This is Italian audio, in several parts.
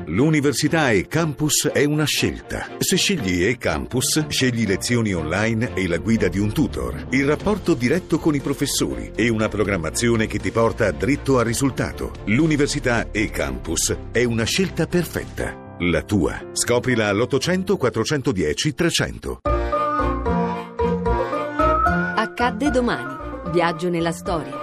L'università e-Campus è una scelta. Se scegli e-Campus, scegli lezioni online e la guida di un tutor, il rapporto diretto con i professori e una programmazione che ti porta dritto al risultato. L'università e-Campus è una scelta perfetta. La tua. Scoprila all'800 410 300. Accadde domani. Viaggio nella storia.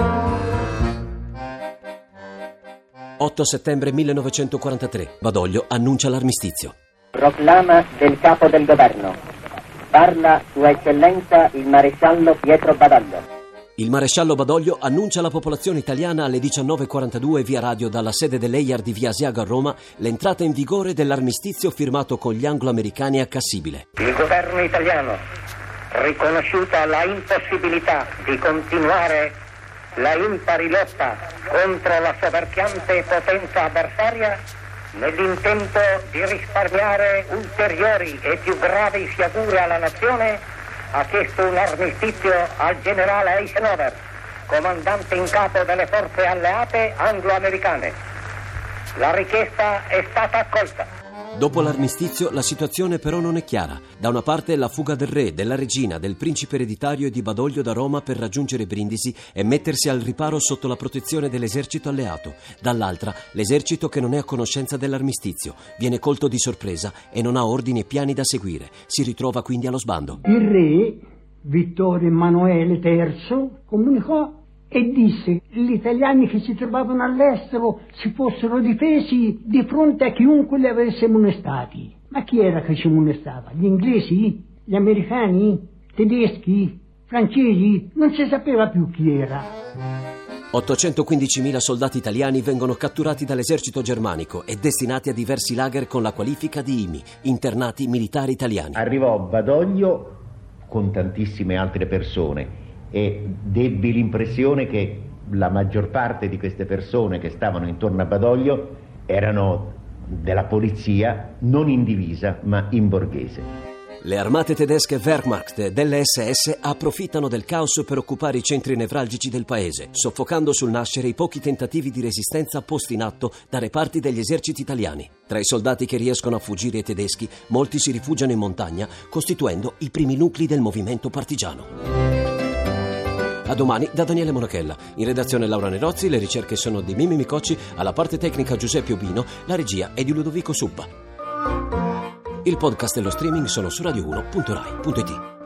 8 settembre 1943. Badoglio annuncia l'armistizio. Proclama del capo del governo. Parla Sua Eccellenza il maresciallo Pietro Badoglio. Il maresciallo Badoglio annuncia alla popolazione italiana alle 19:42 via radio dalla sede dell'EIAR di via Asiago a Roma l'entrata in vigore dell'armistizio firmato con gli anglo-americani a Cassibile. Il governo italiano, riconosciuta la impossibilità di continuare la impari lotta contro la soverchiante potenza avversaria, nell'intento di risparmiare ulteriori e più gravi sciagure alla nazione, ha chiesto un armistizio al generale Eisenhower, comandante in capo delle forze alleate anglo-americane. La richiesta è stata accolta. Dopo l'armistizio la situazione però non è chiara. Da una parte la fuga del re, della regina, del principe ereditario e di Badoglio da Roma per raggiungere Brindisi e mettersi al riparo sotto la protezione dell'esercito alleato. Dall'altra l'esercito che non è a conoscenza dell'armistizio, viene colto di sorpresa e non ha ordini e piani da seguire. Si ritrova quindi allo sbando. Il re, Vittorio Emanuele III, comunicò e disse che gli italiani che si trovavano all'estero si fossero difesi di fronte a chiunque li avesse molestati. Ma chi era che ci molestava? Gli inglesi? Gli americani? Tedeschi? Francesi? Non si sapeva più chi era. 815.000 soldati italiani vengono catturati dall'esercito germanico e destinati a diversi lager con la qualifica di IMI, internati militari italiani. Arrivò Badoglio con tantissime altre persone e debbi l'impressione che la maggior parte di queste persone che stavano intorno a Badoglio erano della polizia, non in divisa ma in borghese. Le armate tedesche Wehrmacht e delle SS approfittano del caos per occupare i centri nevralgici del paese, soffocando sul nascere i pochi tentativi di resistenza posti in atto da reparti degli eserciti italiani. Tra i soldati che riescono a fuggire ai tedeschi, molti si rifugiano in montagna, costituendo i primi nuclei del movimento partigiano. A domani da Daniele Monachella. In redazione Laura Nerozzi, le ricerche sono di Mimmi Micocci, alla parte tecnica Giuseppe Ubino, la regia è di Ludovico Suppa. Il podcast e lo streaming sono su radio1.rai.it.